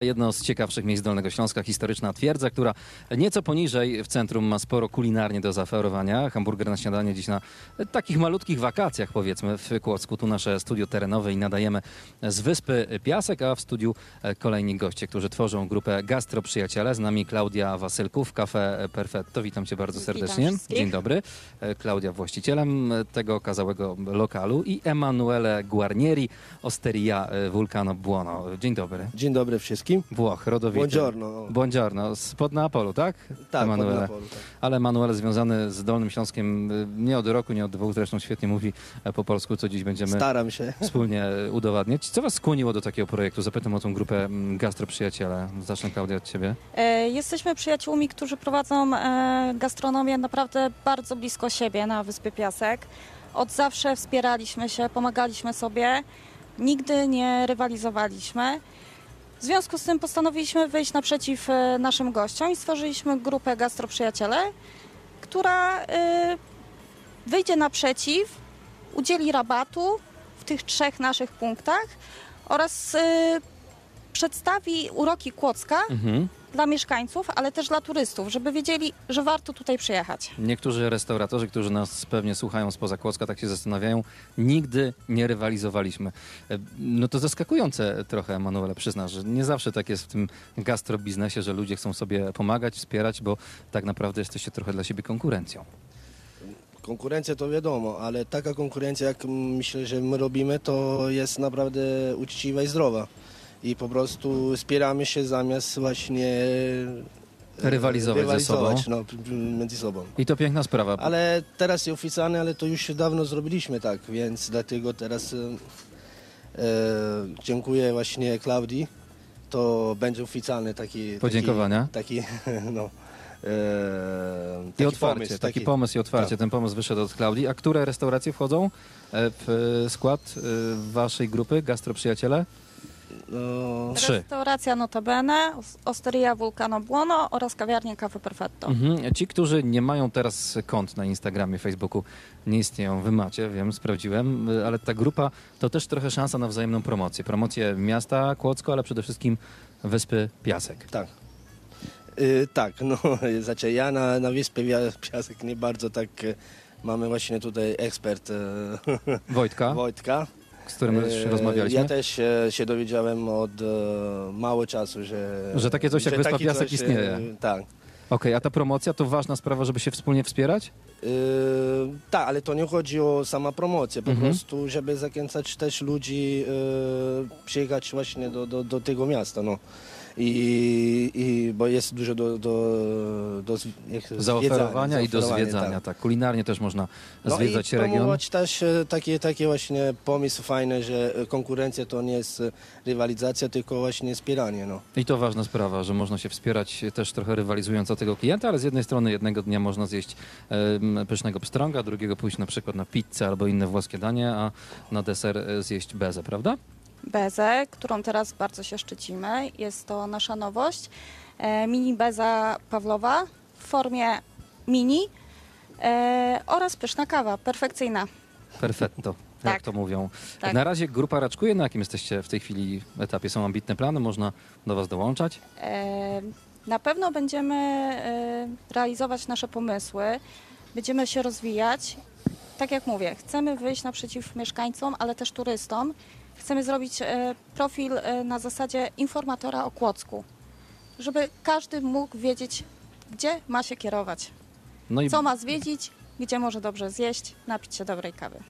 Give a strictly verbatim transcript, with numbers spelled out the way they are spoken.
Jedno z ciekawszych miejsc Dolnego Śląska, historyczna twierdza, która nieco poniżej w centrum ma sporo kulinarnie do zaoferowania. Hamburger na śniadanie dziś na takich malutkich wakacjach, powiedzmy, w Kłodzku. Tu nasze studio terenowe i nadajemy z Wyspy Piasek, a w studiu kolejni goście, którzy tworzą grupę Gastro Przyjaciele. Z nami Klaudia Wasylków, Cafe Perfetto. Witam cię bardzo serdecznie. Dzień dobry. Klaudia właścicielem tego okazałego lokalu i Emanuele Guarnieri, Osteria Vulcano Buono. Dzień dobry. Dzień dobry wszystkim. Włoch, rodowity. Buongiorno. Buongiorno. Spod Neapolu, tak? Tak, Emanuele. pod Neapolu, tak. Ale Emanuele związany z Dolnym Śląskiem nie od roku, nie od dwóch, zresztą świetnie mówi po polsku, co dziś będziemy Staram się. wspólnie udowadniać. Co was skłoniło do takiego projektu? Zapytam o tą grupę Gastro Przyjaciele. Zacznę, Klaudia, od ciebie. E, Jesteśmy przyjaciółmi, którzy prowadzą e, gastronomię naprawdę bardzo blisko siebie na Wyspie Piasek. Od zawsze wspieraliśmy się, pomagaliśmy sobie, nigdy nie rywalizowaliśmy. W związku z tym postanowiliśmy wyjść naprzeciw e, naszym gościom i stworzyliśmy grupę Gastro Przyjaciele, która e, wyjdzie naprzeciw, udzieli rabatu w tych trzech naszych punktach oraz e, przedstawi uroki Kłodzka Mhm. dla mieszkańców, ale też dla turystów, żeby wiedzieli, że warto tutaj przyjechać. Niektórzy restauratorzy, którzy nas pewnie słuchają spoza Kłodzka, tak się zastanawiają, nigdy nie rywalizowaliśmy. E, No to zaskakujące trochę, Emanuele, przyznasz, że nie zawsze tak jest w tym gastrobiznesie, że ludzie chcą sobie pomagać, wspierać, bo tak naprawdę jesteście trochę dla siebie konkurencją. Konkurencja to wiadomo, ale taka konkurencja, jak myślę, że my robimy, to jest naprawdę uczciwa i zdrowa. I po prostu wspieramy się zamiast właśnie e, Rywalizować ze sobą. rywalizować, no, między sobą. I to piękna sprawa. Ale teraz jest oficjalne, ale to już dawno zrobiliśmy tak, więc dlatego teraz e, e, dziękuję właśnie Klaudii. To będzie oficjalny taki... Podziękowania. Taki, taki no... E, I taki otwarcie, pomysł, taki pomysł i otwarcie. tak. Ten pomysł wyszedł od Klaudii. A które restauracje wchodzą e, w skład e, waszej grupy Gastro Przyjaciele? No, Trzy. Restauracja Notabene, Osteria Vulcano Buono oraz kawiarnia Cafe Perfetto. Mhm. Ci, którzy nie mają teraz kont na Instagramie, Facebooku, nie istnieją. Wy macie, wiem, sprawdziłem, ale ta grupa to też trochę szansa na wzajemną promocję. Promocję miasta Kłodzko, ale przede wszystkim Wyspy Piasek. tak. Y, tak, no, znaczy ja na, na Wyspie Pia- Piasek nie bardzo tak, e, mamy właśnie tutaj ekspert e, Wojtka, Wojtka. z którym już E, rozmawialiśmy. Ja też e, się dowiedziałem od e, mało czasu, że... Że takie coś jak Wyspa taki Piasek coś, e, istnieje. Tak. Okej, a ta promocja to ważna sprawa, żeby się wspólnie wspierać? Yy, tak, ale to nie chodzi o sama promocję, po Mhm. prostu, żeby zachęcać też ludzi yy, przyjechać właśnie do, do, do tego miasta, no. I, i bo jest dużo do, do, do zw- jak- Zaoferowania i do zaoferowania, zwiedzania. tak. Tak. Kulinarnie też można No zwiedzać i region. promować też e, takie, takie właśnie pomysł fajny, że konkurencja to nie jest e, rywalizacja, tylko właśnie wspieranie, no. I to ważna sprawa, że można się wspierać też trochę rywalizując o tego klienta, ale z jednej strony jednego dnia można zjeść em, pysznego pstrąga, drugiego pójść na przykład na pizzę albo inne włoskie danie, a na deser e, zjeść bezę, prawda? Bezę, którą teraz bardzo się szczycimy. Jest to nasza nowość. E, mini beza Pawlowa w formie mini e, oraz pyszna kawa, perfekcyjna. Perfetto, jak Tak. to mówią. Tak. Na razie grupa raczkuje. Na jakim jesteście w tej chwili etapie? Są ambitne plany? Można do was dołączać? E, Na pewno będziemy e, realizować nasze pomysły, będziemy się rozwijać. Tak jak mówię, chcemy wyjść naprzeciw mieszkańcom, ale też turystom. Chcemy zrobić e, profil e, na zasadzie informatora o Kłodzku, żeby każdy mógł wiedzieć, gdzie ma się kierować, No i co ma zwiedzić, gdzie może dobrze zjeść, napić się dobrej kawy.